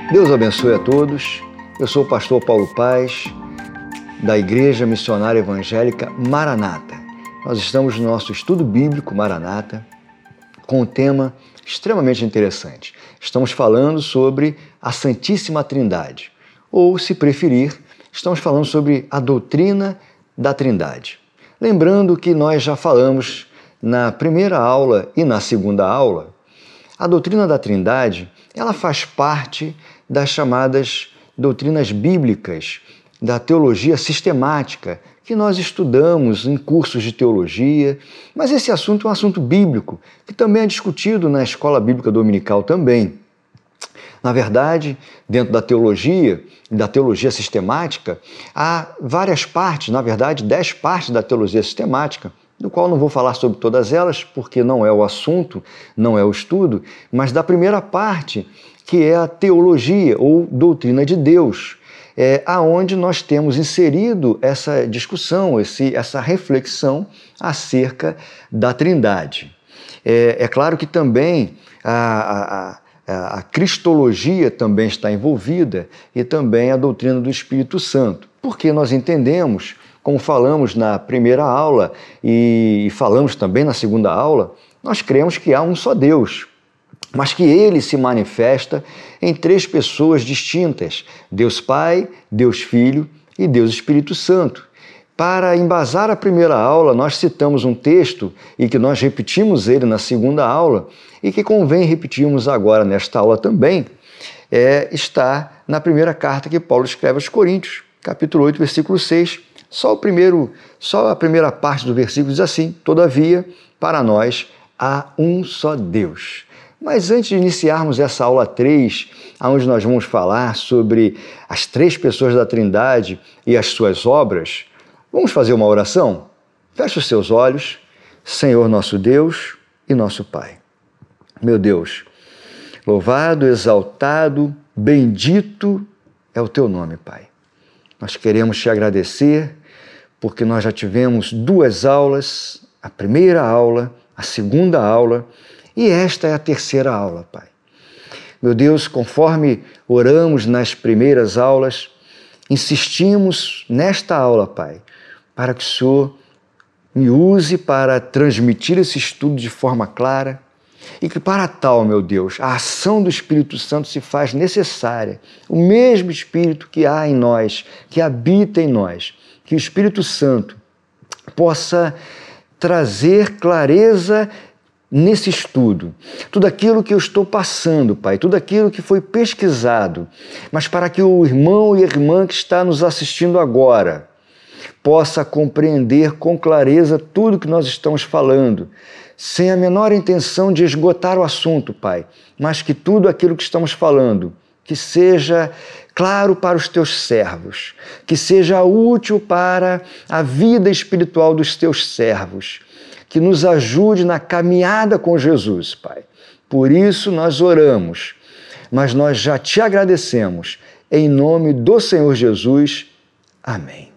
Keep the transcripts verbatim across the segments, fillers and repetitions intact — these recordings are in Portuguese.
Deus abençoe a todos. Eu sou o pastor Paulo Paz, da Igreja Missionária Evangélica Maranata. Nós estamos no nosso estudo bíblico Maranata com um tema extremamente interessante. Estamos falando sobre a Santíssima Trindade, ou, se preferir, estamos falando sobre a doutrina da Trindade. Lembrando que nós já falamos na primeira aula e na segunda aula, a doutrina da Trindade, ela faz parte das chamadas doutrinas bíblicas, da teologia sistemática, que nós estudamos em cursos de teologia, mas esse assunto é um assunto bíblico, que também é discutido na escola bíblica dominical também. Na verdade, dentro da teologia e da teologia sistemática, há várias partes, na verdade, dez partes da teologia sistemática, do qual não vou falar sobre todas elas, porque não é o assunto, não é o estudo, mas da primeira parte, que é a teologia ou doutrina de Deus, é aonde nós temos inserido essa discussão, esse, essa reflexão acerca da Trindade. É, é claro que também a, a, a cristologia também está envolvida e também a doutrina do Espírito Santo, porque nós entendemos, como falamos na primeira aula e falamos também na segunda aula, nós cremos que há um só Deus, mas que Ele se manifesta em três pessoas distintas, Deus Pai, Deus Filho e Deus Espírito Santo. Para embasar a primeira aula, nós citamos um texto e que nós repetimos ele na segunda aula e que convém repetirmos agora nesta aula também, é, está na primeira carta que Paulo escreve aos Coríntios, capítulo oito, versículo seis, Só, o primeiro, só a primeira parte do versículo diz assim: todavia, para nós há um só Deus. Mas antes de iniciarmos essa aula três, onde nós vamos falar sobre as três pessoas da Trindade e as suas obras, vamos fazer uma oração? Feche os seus olhos, Senhor nosso Deus e nosso Pai. Meu Deus, louvado, exaltado, bendito é o Teu nome, Pai. Nós queremos Te agradecer porque nós já tivemos duas aulas, a primeira aula, a segunda aula, e esta é a terceira aula, Pai. Meu Deus, conforme oramos nas primeiras aulas, insistimos nesta aula, Pai, para que o Senhor me use para transmitir esse estudo de forma clara e que para tal, meu Deus, a ação do Espírito Santo se faz necessária. O mesmo Espírito que há em nós, que habita em nós, que o Espírito Santo possa trazer clareza nesse estudo, tudo aquilo que eu estou passando, Pai, tudo aquilo que foi pesquisado, mas para que o irmão e a irmã que está nos assistindo agora possa compreender com clareza tudo que nós estamos falando, sem a menor intenção de esgotar o assunto, Pai, mas que tudo aquilo que estamos falando, que seja claro para os Teus servos, que seja útil para a vida espiritual dos Teus servos, que nos ajude na caminhada com Jesus, Pai. Por isso nós oramos, mas nós já Te agradecemos, em nome do Senhor Jesus. Amém.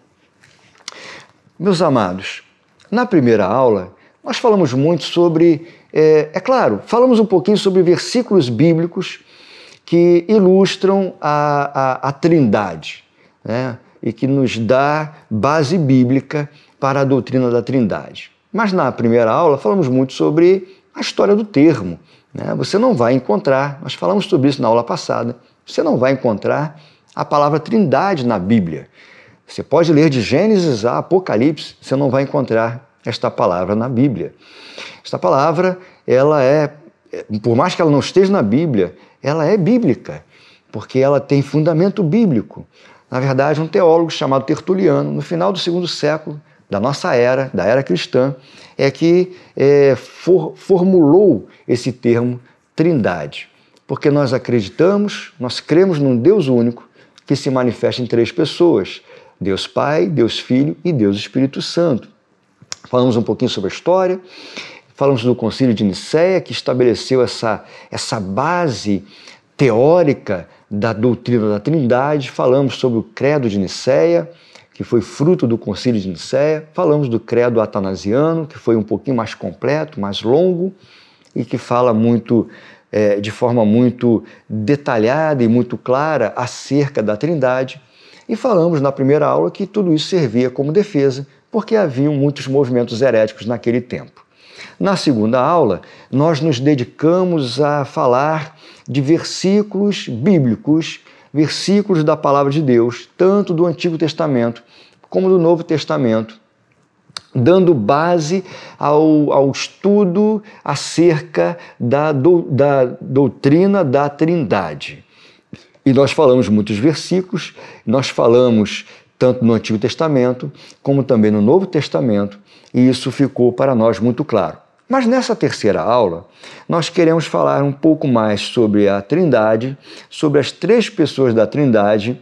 Meus amados, na primeira aula, nós falamos muito sobre, é, é claro, falamos um pouquinho sobre versículos bíblicos que ilustram a, a, a Trindade, né? E que nos dá base bíblica para a doutrina da Trindade. Mas na primeira aula falamos muito sobre a história do termo, né? Você não vai encontrar, nós falamos sobre isso na aula passada, você não vai encontrar a palavra Trindade na Bíblia. Você pode ler de Gênesis a Apocalipse, você não vai encontrar esta palavra na Bíblia. Esta palavra, ela é, por mais que ela não esteja na Bíblia, ela é bíblica, porque ela tem fundamento bíblico. Na verdade, um teólogo chamado Tertuliano, no final do segundo século da nossa era, da era cristã, é que é, for, formulou esse termo Trindade, porque nós acreditamos, nós cremos num Deus único que se manifesta em três pessoas, Deus Pai, Deus Filho e Deus Espírito Santo. Falamos um pouquinho sobre a história, falamos do Concílio de Nicéia, que estabeleceu essa, essa base teórica da doutrina da Trindade, falamos sobre o Credo de Nicéia, que foi fruto do Concílio de Nicéia, falamos do Credo Atanasiano, que foi um pouquinho mais completo, mais longo, e que fala muito é, de forma muito detalhada e muito clara acerca da Trindade. E falamos na primeira aula que tudo isso servia como defesa, porque haviam muitos movimentos heréticos naquele tempo. Na segunda aula, nós nos dedicamos a falar de versículos bíblicos, versículos da Palavra de Deus, tanto do Antigo Testamento como do Novo Testamento, dando base ao, ao estudo acerca da, do, da doutrina da Trindade. E nós falamos muitos versículos, nós falamos tanto no Antigo Testamento como também no Novo Testamento, e isso ficou para nós muito claro. Mas nessa terceira aula, nós queremos falar um pouco mais sobre a Trindade, sobre as três pessoas da Trindade,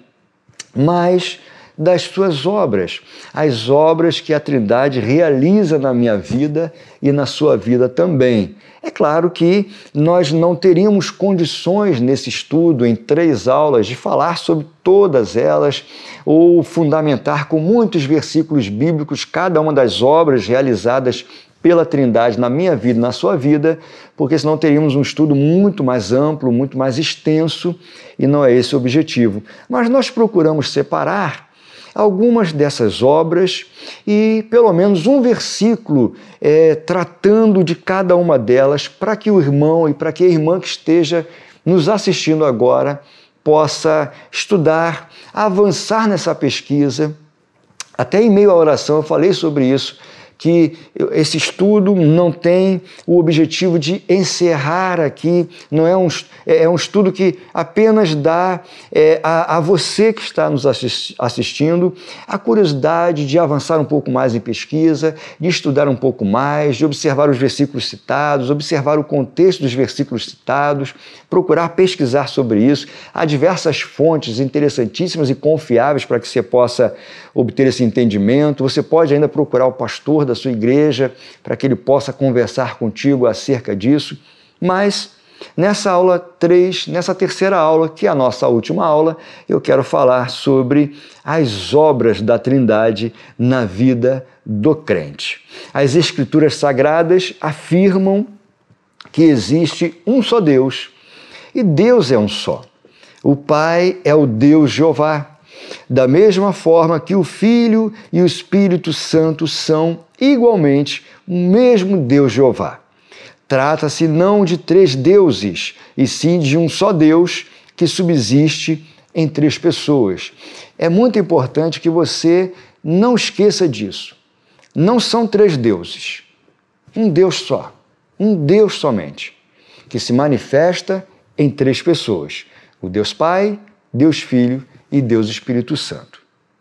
mas das suas obras, as obras que a Trindade realiza na minha vida e na sua vida também. É claro que nós não teríamos condições nesse estudo, em três aulas, de falar sobre todas elas ou fundamentar com muitos versículos bíblicos cada uma das obras realizadas pela Trindade na minha vida e na sua vida, porque senão teríamos um estudo muito mais amplo, muito mais extenso, e não é esse o objetivo. Mas nós procuramos separar algumas dessas obras e pelo menos um versículo é, tratando de cada uma delas, para que o irmão e para que a irmã que esteja nos assistindo agora possa estudar, avançar nessa pesquisa. Até em meio à oração eu falei sobre isso, que esse estudo não tem o objetivo de encerrar aqui, não é um, é um estudo que apenas dá é, a, a você que está nos assistindo a curiosidade de avançar um pouco mais em pesquisa, de estudar um pouco mais, de observar os versículos citados, observar o contexto dos versículos citados, procurar pesquisar sobre isso. Há diversas fontes interessantíssimas e confiáveis para que você possa obter esse entendimento. Você pode ainda procurar o pastor da sua igreja para que ele possa conversar contigo acerca disso. Mas nessa aula três, nessa terceira aula, que é a nossa última aula, eu quero falar sobre as obras da Trindade na vida do crente. As Escrituras Sagradas afirmam que existe um só Deus e Deus é um só. O Pai é o Deus Jeová. Da mesma forma que o Filho e o Espírito Santo são igualmente o mesmo Deus Jeová. Trata-se não de três deuses, e sim de um só Deus que subsiste em três pessoas. É muito importante que você não esqueça disso. Não são três deuses, um Deus só, um Deus somente, que se manifesta em três pessoas: o Deus Pai, Deus Filho e Deus Espírito Santo.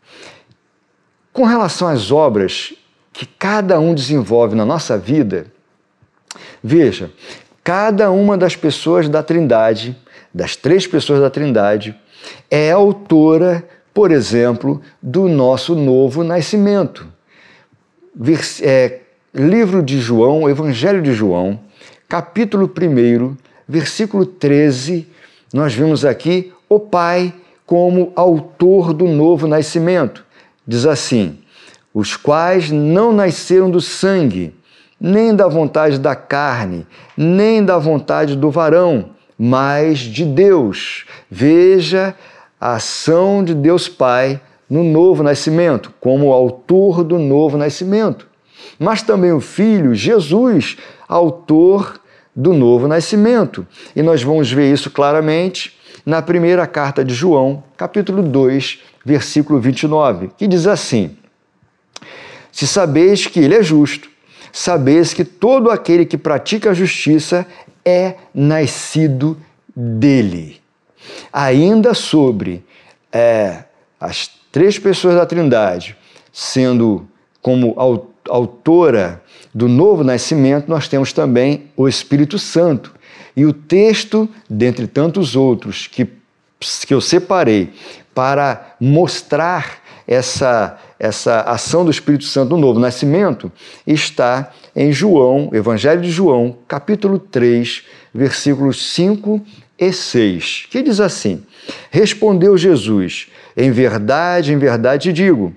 Com relação às obras que cada um desenvolve na nossa vida, veja, cada uma das pessoas da Trindade, das três pessoas da Trindade, é autora, por exemplo, do nosso novo nascimento. Vers- é, livro de João, Evangelho de João, capítulo primeiro, versículo treze, nós vimos aqui o Pai como autor do novo nascimento. Diz assim: os quais não nasceram do sangue, nem da vontade da carne, nem da vontade do varão, mas de Deus. Veja a ação de Deus Pai no novo nascimento, como autor do novo nascimento. Mas também o Filho, Jesus, autor do novo nascimento. E nós vamos ver isso claramente na primeira carta de João, capítulo dois, versículo vinte e nove, que diz assim: se sabeis que ele é justo, sabeis que todo aquele que pratica a justiça é nascido dele. Ainda sobre é, as três pessoas da Trindade, sendo como autora do novo nascimento, nós temos também o Espírito Santo. E o texto, dentre tantos outros que, que eu separei para mostrar essa, essa ação do Espírito Santo no novo nascimento, está em João, Evangelho de João, capítulo três, versículos cinco e seis, que diz assim: respondeu Jesus, em verdade, em verdade te digo,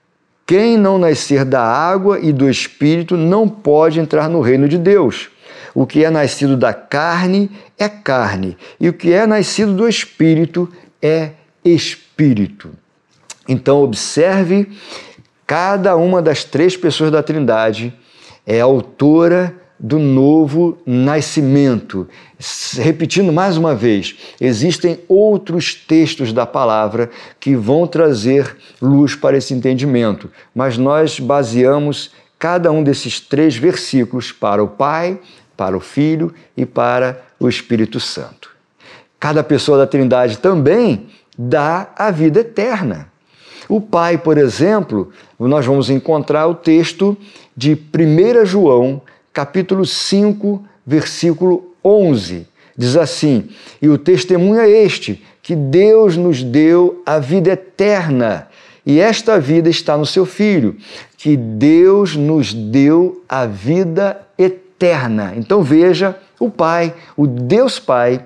quem não nascer da água e do Espírito não pode entrar no reino de Deus. O que é nascido da carne é carne, e o que é nascido do Espírito é Espírito. Então, observe, cada uma das três pessoas da Trindade é autora do novo nascimento. Repetindo mais uma vez, existem outros textos da palavra que vão trazer luz para esse entendimento, mas nós baseamos cada um desses três versículos para o Pai, para o Filho e para o Espírito Santo. Cada pessoa da Trindade também dá a vida eterna. O Pai, por exemplo, nós vamos encontrar o texto de primeiro João, capítulo cinco, versículo onze. Diz assim: e o testemunho é este, que Deus nos deu a vida eterna, e esta vida está no seu Filho, que Deus nos deu a vida eterna. Então veja, o Pai, o Deus Pai,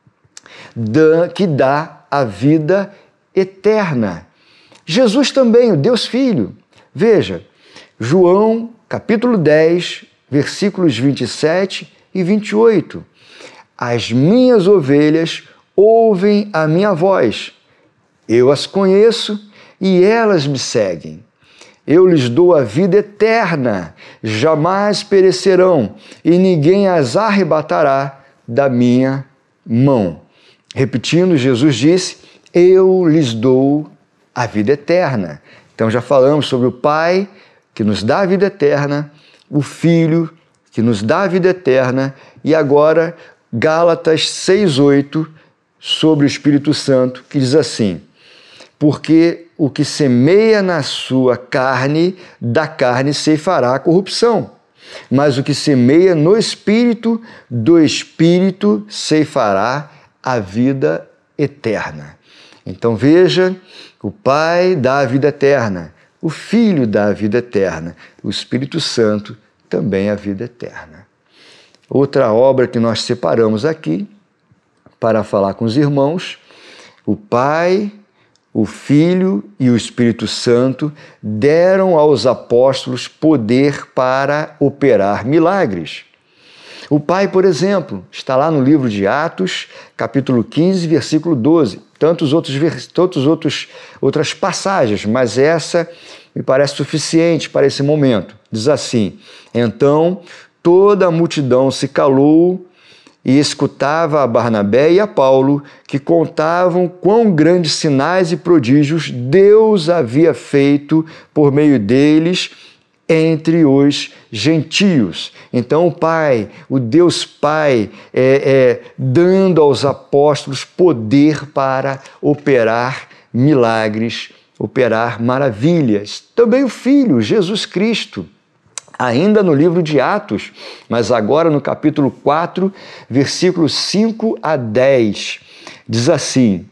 que dá a vida eterna. Jesus também, o Deus Filho. Veja, João, capítulo dez, versículos vinte e sete e vinte e oito. As minhas ovelhas ouvem a minha voz. Eu as conheço e elas me seguem. Eu lhes dou a vida eterna, jamais perecerão, e ninguém as arrebatará da minha mão. Repetindo, Jesus disse: eu lhes dou a vida eterna. Então já falamos sobre o Pai, que nos dá a vida eterna, o Filho, que nos dá a vida eterna, e agora Gálatas seis, oito, sobre o Espírito Santo, que diz assim: porque o que semeia na sua carne, da carne ceifará a corrupção, mas o que semeia no Espírito, do Espírito ceifará a vida eterna. Então veja, o Pai dá a vida eterna, o Filho dá a vida eterna, o Espírito Santo também a vida eterna. Outra obra que nós separamos aqui para falar com os irmãos: o Pai, o Filho e o Espírito Santo deram aos apóstolos poder para operar milagres. O Pai, por exemplo, está lá no livro de Atos, capítulo quinze, versículo doze. Tantos outros, tantos outros outras passagens, mas essa me parece suficiente para esse momento. Diz assim: então toda a multidão se calou e escutava a Barnabé e a Paulo, que contavam quão grandes sinais e prodígios Deus havia feito por meio deles entre os gentios. Então o Pai, o Deus Pai, é, é, dando aos apóstolos poder para operar milagres, operar maravilhas. Também o Filho, Jesus Cristo, ainda no livro de Atos, mas agora no capítulo quatro, versículos cinco a dez, diz assim: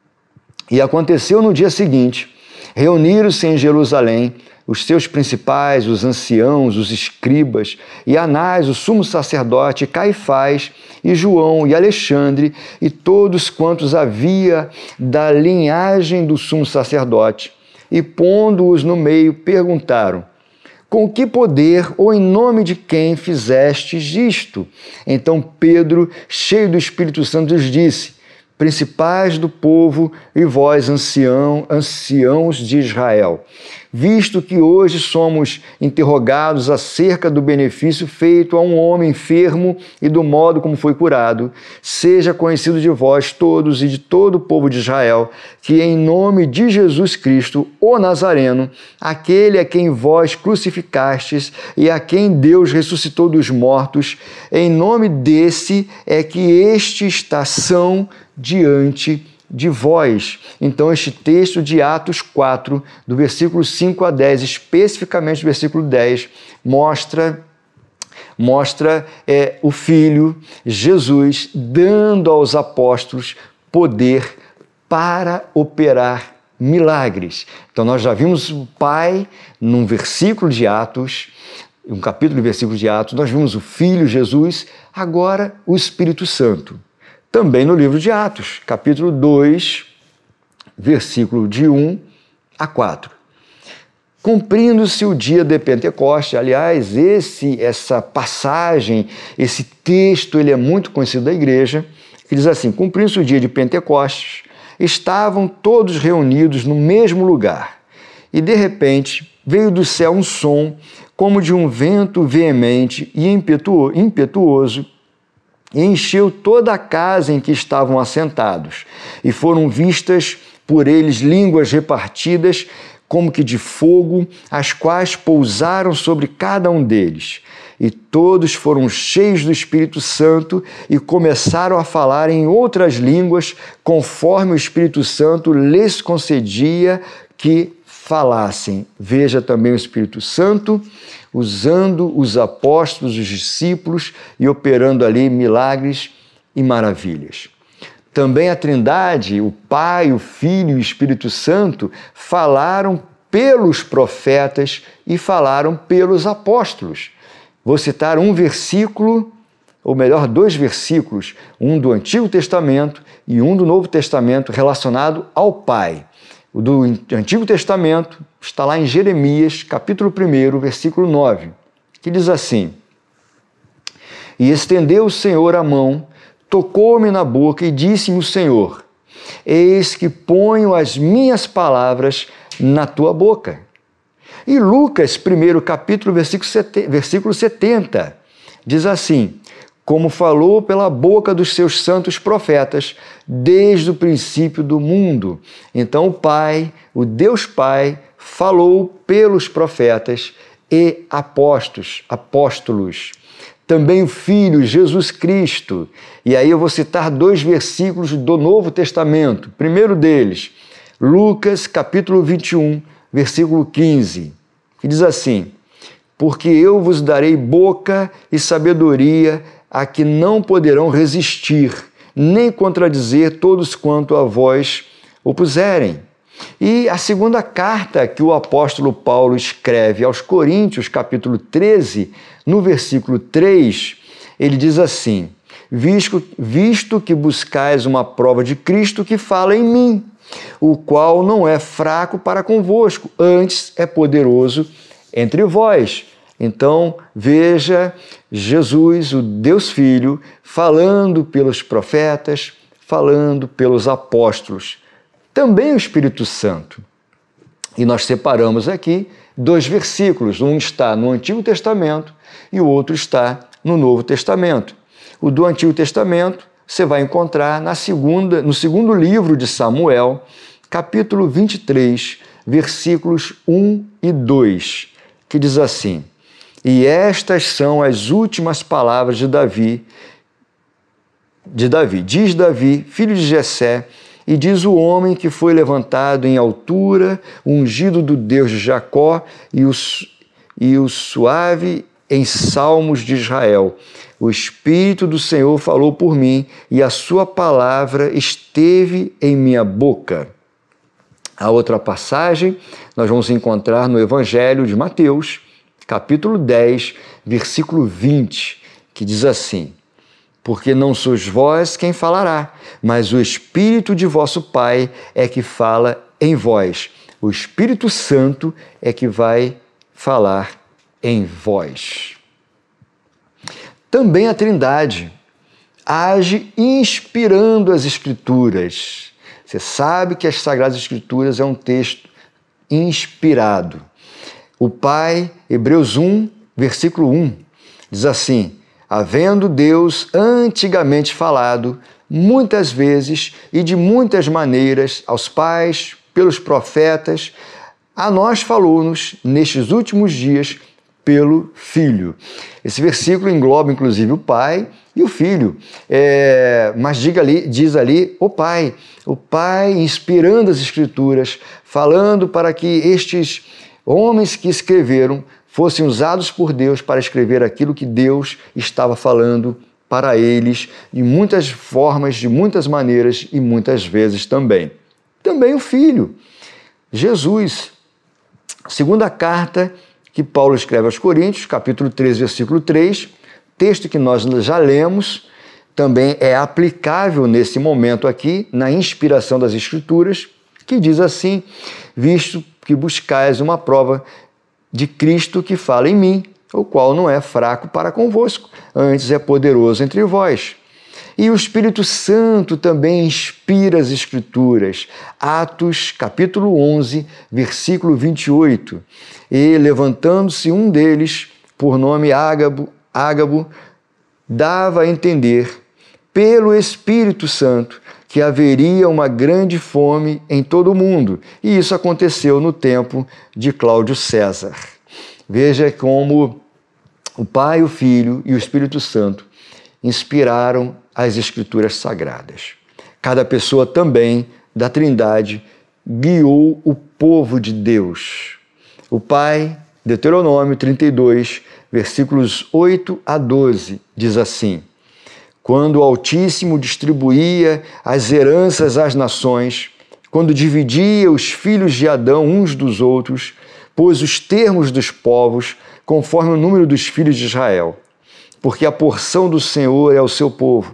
e aconteceu no dia seguinte, reuniram-se em Jerusalém os seus principais, os anciãos, os escribas, e Anás, o sumo sacerdote, Caifás, e João, e Alexandre, e todos quantos havia da linhagem do sumo sacerdote, e pondo-os no meio, perguntaram: com que poder ou em nome de quem fizestes isto? Então Pedro, cheio do Espírito Santo, lhes disse: principais do povo e vós, ancião, anciãos de Israel, visto que hoje somos interrogados acerca do benefício feito a um homem enfermo e do modo como foi curado, seja conhecido de vós todos e de todo o povo de Israel, que em nome de Jesus Cristo, o Nazareno, aquele a quem vós crucificastes e a quem Deus ressuscitou dos mortos, em nome desse é que este está são diante de vós. Então este texto de Atos quatro, do versículo cinco a dez, especificamente o versículo dez, mostra, mostra é, o Filho, Jesus, dando aos apóstolos poder para operar milagres. Então nós já vimos o Pai num versículo de Atos, um capítulo de versículos de Atos, nós vimos o Filho, Jesus, agora o Espírito Santo. Também no livro de Atos, capítulo dois, versículo de um a quatro. Cumprindo-se o dia de Pentecostes. Aliás, esse, essa passagem, esse texto, ele é muito conhecido da igreja, que diz assim: cumprindo-se o dia de Pentecostes, estavam todos reunidos no mesmo lugar, e de repente veio do céu um som, como de um vento veemente e impetuoso, e encheu toda a casa em que estavam assentados, e foram vistas por eles línguas repartidas, como que de fogo, as quais pousaram sobre cada um deles. E todos foram cheios do Espírito Santo e começaram a falar em outras línguas, conforme o Espírito Santo lhes concedia que falassem. Veja também o Espírito Santo usando os apóstolos, os discípulos e operando ali milagres e maravilhas. Também a Trindade, o Pai, o Filho e o Espírito Santo, falaram pelos profetas e falaram pelos apóstolos. Vou citar um versículo, ou melhor, dois versículos, um do Antigo Testamento e um do Novo Testamento relacionado ao Pai. O do Antigo Testamento está lá em Jeremias, capítulo um, versículo nove, que diz assim: E estendeu o Senhor a mão, tocou-me na boca e disse-me o Senhor: Eis que ponho as minhas palavras na tua boca. E Lucas, primeiro capítulo, versículo setenta, diz assim: Como falou pela boca dos seus santos profetas, desde o princípio do mundo. Então o Pai, o Deus Pai, falou pelos profetas e apóstolos, apóstolos. Também o Filho, Jesus Cristo. E aí eu vou citar dois versículos do Novo Testamento. O primeiro deles, Lucas, capítulo vinte e um, versículo quinze, que diz assim: Porque eu vos darei boca e sabedoria a que não poderão resistir, nem contradizer todos quanto a vós opuserem. E a segunda carta que o apóstolo Paulo escreve aos Coríntios, capítulo treze, no versículo três, ele diz assim: visto, visto que buscais uma prova de Cristo que fala em mim, o qual não é fraco para convosco, antes é poderoso entre vós. Então, veja Jesus, o Deus Filho, falando pelos profetas, falando pelos apóstolos. Também o Espírito Santo. E nós separamos aqui dois versículos. Um está no Antigo Testamento e o outro está no Novo Testamento. O do Antigo Testamento você vai encontrar na segunda, no segundo livro de Samuel, capítulo vinte e três, versículos um e dois, que diz assim: E estas são as últimas palavras de Davi, de Davi. Diz Davi, filho de Jessé, e diz o homem que foi levantado em altura, ungido do Deus de Jacó, e o, e o suave em salmos de Israel. O Espírito do Senhor falou por mim, e a sua palavra esteve em minha boca. A outra passagem nós vamos encontrar no Evangelho de Mateus, capítulo dez, versículo vinte, que diz assim: Porque não sois vós quem falará, mas o Espírito de vosso Pai é que fala em vós. O Espírito Santo é que vai falar em vós. Também a Trindade age inspirando as Escrituras. Você sabe que as Sagradas Escrituras é um texto inspirado. O Pai, Hebreus um, versículo um, diz assim: Havendo Deus antigamente falado, muitas vezes e de muitas maneiras, aos pais, pelos profetas, a nós falou-nos, nestes últimos dias, pelo Filho. Esse versículo engloba, inclusive, o Pai e o Filho. É, mas diga ali, diz ali o Pai. O Pai inspirando as Escrituras, falando para que estes homens que escreveram fossem usados por Deus para escrever aquilo que Deus estava falando para eles, de muitas formas, de muitas maneiras e muitas vezes também. Também o Filho, Jesus. Segunda carta que Paulo escreve aos Coríntios, capítulo treze, versículo três, texto que nós já lemos, também é aplicável nesse momento aqui, na inspiração das Escrituras, que diz assim: visto que buscais uma prova de Cristo que fala em mim, o qual não é fraco para convosco, antes é poderoso entre vós. E o Espírito Santo também inspira as Escrituras. Atos, capítulo onze, versículo vinte e oito. E, levantando-se um deles, por nome Ágabo, Ágabo, dava a entender, pelo Espírito Santo, que haveria uma grande fome em todo o mundo. E isso aconteceu no tempo de Cláudio César. Veja como o Pai, o Filho e o Espírito Santo inspiraram as Escrituras Sagradas. Cada pessoa também da Trindade guiou o povo de Deus. O Pai, Deuteronômio trinta e dois, versículos oito a doze, diz assim: quando o Altíssimo distribuía as heranças às nações, quando dividia os filhos de Adão uns dos outros, pôs os termos dos povos conforme o número dos filhos de Israel. Porque a porção do Senhor é o seu povo.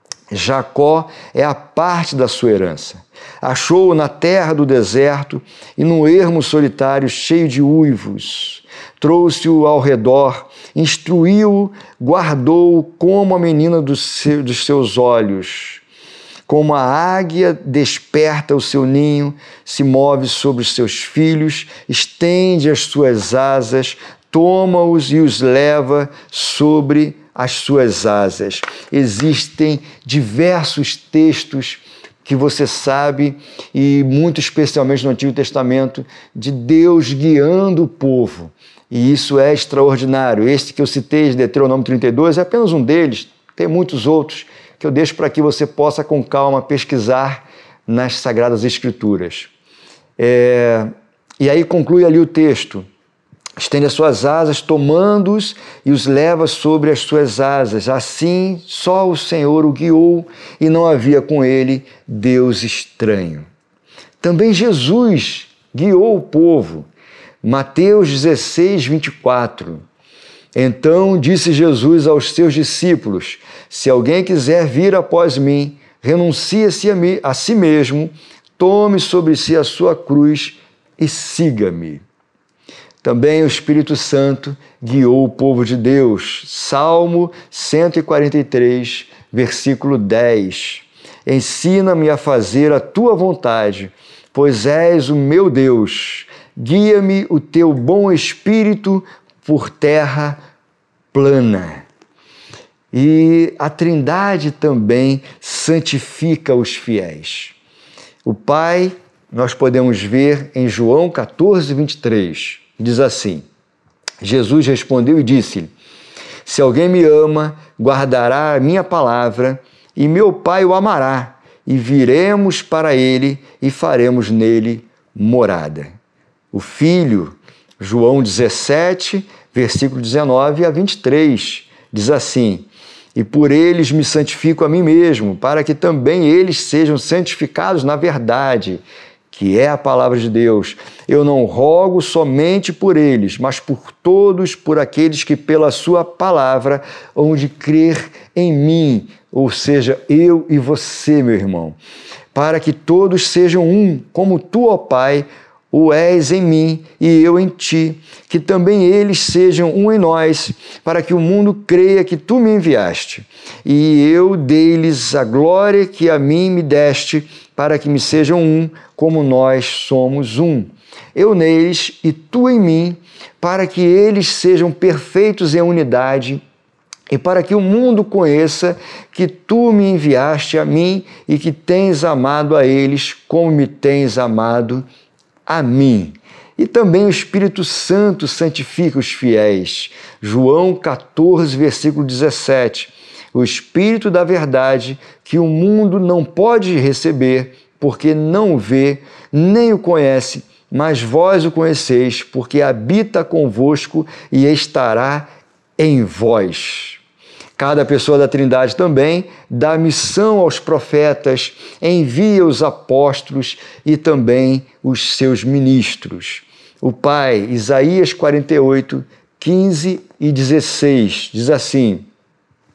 Jacó é a parte da sua herança. Achou-o na terra do deserto e num ermo solitário cheio de uivos. Trouxe-o ao redor, instruiu-o, guardou-o como a menina dos seus olhos. Como a águia desperta o seu ninho, se move sobre os seus filhos, estende as suas asas, toma-os e os leva sobre as suas asas. Existem diversos textos que você sabe, e muito especialmente no Antigo Testamento, de Deus guiando o povo. E isso é extraordinário. Este que eu citei, de Deuteronômio trinta e dois, é apenas um deles. Tem muitos outros que eu deixo para que você possa, com calma, pesquisar nas Sagradas Escrituras. É... E aí conclui ali o texto. Estende as suas asas, tomando-os, e os leva sobre as suas asas. Assim, só o Senhor o guiou, e não havia com ele Deus estranho. Também Jesus guiou o povo. Mateus dezesseis, vinte e quatro. Então disse Jesus aos seus discípulos: se alguém quiser vir após mim, renuncie-se a, mim, a si mesmo, tome sobre si a sua cruz e siga-me. Também o Espírito Santo guiou o povo de Deus. Salmo cento e quarenta e três, versículo dez. Ensina-me a fazer a tua vontade, pois és o meu Deus. Guia-me o teu bom Espírito por terra plana. E a Trindade também santifica os fiéis. O Pai, nós podemos ver em João catorze, vinte e três. Diz assim: Jesus respondeu e disse-lhe: se alguém me ama, guardará a minha palavra, e meu Pai o amará, e viremos para ele e faremos nele morada. O Filho, João dezessete, versículo dezenove a vinte e três, diz assim: e por eles me santifico a mim mesmo, para que também eles sejam santificados na verdade, que é a palavra de Deus. Eu não rogo somente por eles, mas por todos, por aqueles que pela sua palavra hão de crer em mim, ou seja, eu e você, meu irmão, para que todos sejam um, como tu, ó Pai, o és em mim e eu em ti, que também eles sejam um em nós, para que o mundo creia que tu me enviaste. E eu dei-lhes a glória que a mim me deste, para que me sejam um, como nós somos um. Eu neles e tu em mim, para que eles sejam perfeitos em unidade, e para que o mundo conheça que tu me enviaste a mim e que tens amado a eles como me tens amado a mim. E também o Espírito Santo santifica os fiéis. João catorze, versículo dezessete. O Espírito da verdade que o mundo não pode receber, porque não o vê, nem o conhece, mas vós o conheceis, porque habita convosco e estará em vós. Cada pessoa da Trindade também dá missão aos profetas, envia os apóstolos e também os seus ministros. O Pai, Isaías quarenta e oito, quinze e dezesseis, diz assim: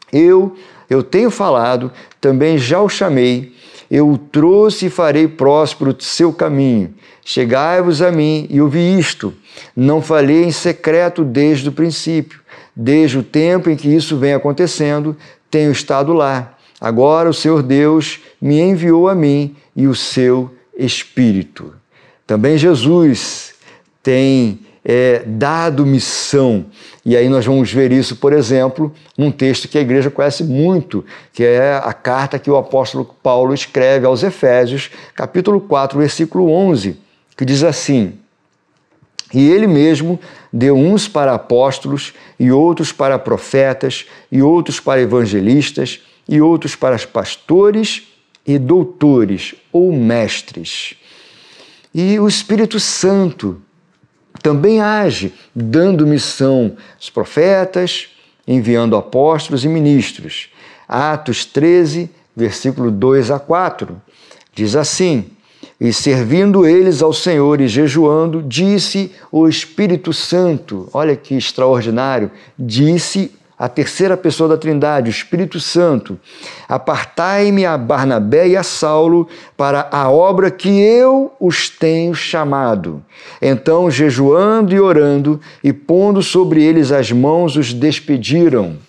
Eu, eu tenho falado, também já o chamei, eu o trouxe e farei próspero o seu caminho. Chegai-vos a mim e ouvi isto. Não falei em secreto desde o princípio. Desde o tempo em que isso vem acontecendo, tenho estado lá. Agora o Senhor Deus me enviou a mim e o seu Espírito. Também Jesus tem é, dado missão. E aí nós vamos ver isso, por exemplo, num texto que a igreja conhece muito, que é a carta que o apóstolo Paulo escreve aos Efésios, capítulo quatro, versículo onze, que diz assim: e ele mesmo deu uns para apóstolos, e outros para profetas, e outros para evangelistas, e outros para pastores e doutores ou mestres. E o Espírito Santo também age, dando missão aos profetas, enviando apóstolos e ministros. Atos treze, versículo dois a quatro, diz assim: e servindo eles ao Senhor e jejuando, disse o Espírito Santo, olha que extraordinário, disse a terceira pessoa da Trindade, o Espírito Santo: apartai-me a Barnabé e a Saulo para a obra que eu os tenho chamado. Então, jejuando e orando e pondo sobre eles as mãos, os despediram.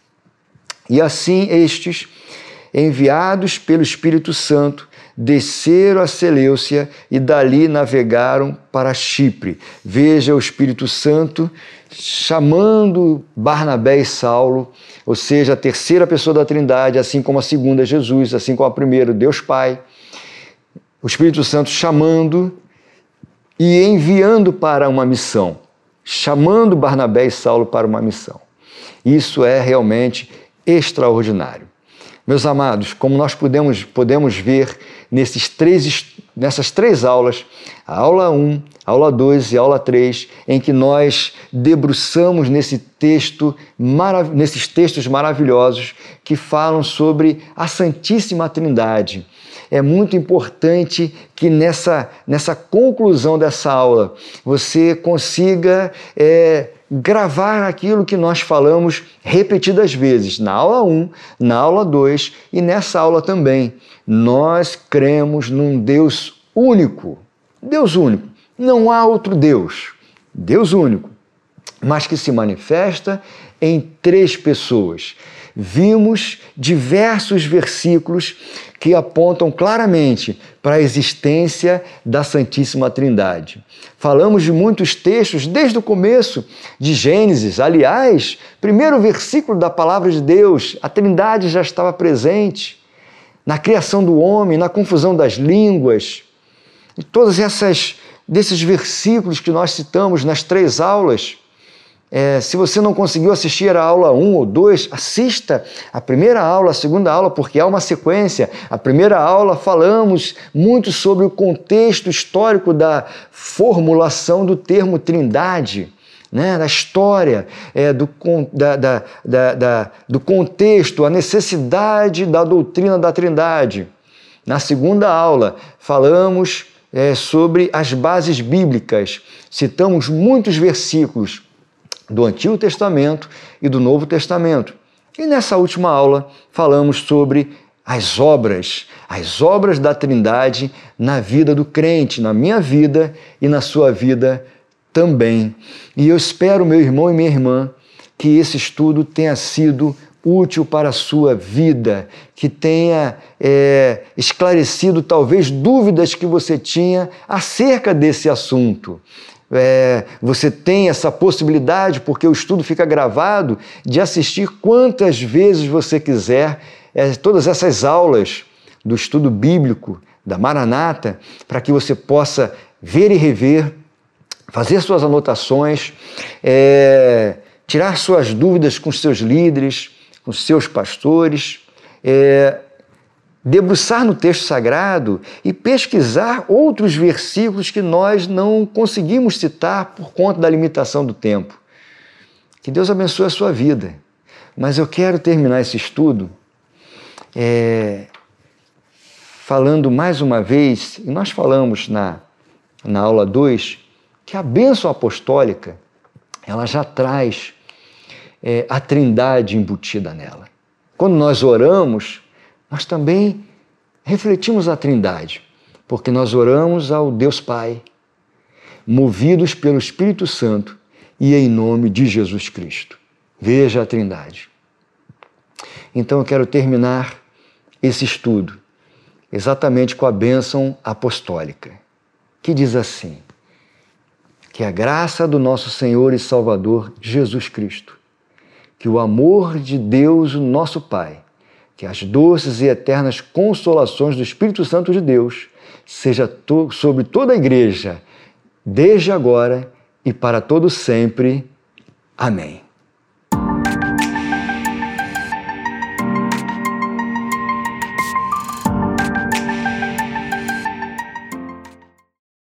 E assim estes, enviados pelo Espírito Santo, desceram a Seleucia e dali navegaram para Chipre. Veja o Espírito Santo chamando Barnabé e Saulo, ou seja, a terceira pessoa da Trindade, assim como a segunda, Jesus, assim como a primeira, Deus Pai. O Espírito Santo chamando e enviando para uma missão, chamando Barnabé e Saulo para uma missão. Isso é realmente extraordinário. Meus amados, como nós podemos, podemos ver nesses três, nessas três aulas, a aula um, a aula dois e a aula três, em que nós debruçamos nesse texto, nesses textos maravilhosos que falam sobre a Santíssima Trindade. É muito importante que nessa, nessa conclusão dessa aula você consiga é, gravar aquilo que nós falamos repetidas vezes, na aula um, na aula dois e nessa aula também. Nós cremos num Deus único, Deus único, não há outro Deus, Deus único, mas que se manifesta em três pessoas. Vimos diversos versículos que apontam claramente para a existência da Santíssima Trindade. Falamos de muitos textos desde o começo de Gênesis. Aliás, primeiro versículo da Palavra de Deus, a Trindade já estava presente na criação do homem, na confusão das línguas. E todos essas, desses versículos que nós citamos nas três aulas. É, se você não conseguiu assistir a aula um ou dois, assista a primeira aula, a segunda aula, porque há uma sequência. A primeira aula falamos muito sobre o contexto histórico da formulação do termo Trindade, né? Da história, é, do, da, da, da, da, do contexto, a necessidade da doutrina da Trindade. Na segunda aula, falamos é, sobre as bases bíblicas. Citamos muitos versículos do Antigo Testamento e do Novo Testamento. E nessa última aula falamos sobre as obras, as obras da Trindade na vida do crente, na minha vida e na sua vida também. E eu espero, meu irmão e minha irmã, que esse estudo tenha sido útil para a sua vida, que tenha é, esclarecido talvez dúvidas que você tinha acerca desse assunto. É, você tem essa possibilidade, porque o estudo fica gravado, de assistir quantas vezes você quiser é, todas essas aulas do estudo bíblico da Maranata, para que você possa ver e rever, fazer suas anotações, é, tirar suas dúvidas com seus líderes, com seus pastores, é, debruçar no texto sagrado e pesquisar outros versículos que nós não conseguimos citar por conta da limitação do tempo. Que Deus abençoe a sua vida. Mas eu quero terminar esse estudo é, falando mais uma vez, e nós falamos na, na aula dois, que a bênção apostólica ela já traz é, a Trindade embutida nela. Quando nós oramos, nós também refletimos a Trindade, porque nós oramos ao Deus Pai, movidos pelo Espírito Santo e em nome de Jesus Cristo. Veja a Trindade. Então eu quero terminar esse estudo exatamente com a bênção apostólica, que diz assim: que a graça do nosso Senhor e Salvador Jesus Cristo, que o amor de Deus, o nosso Pai, que as doces e eternas consolações do Espírito Santo de Deus seja to- sobre toda a igreja, desde agora e para todo sempre. Amém.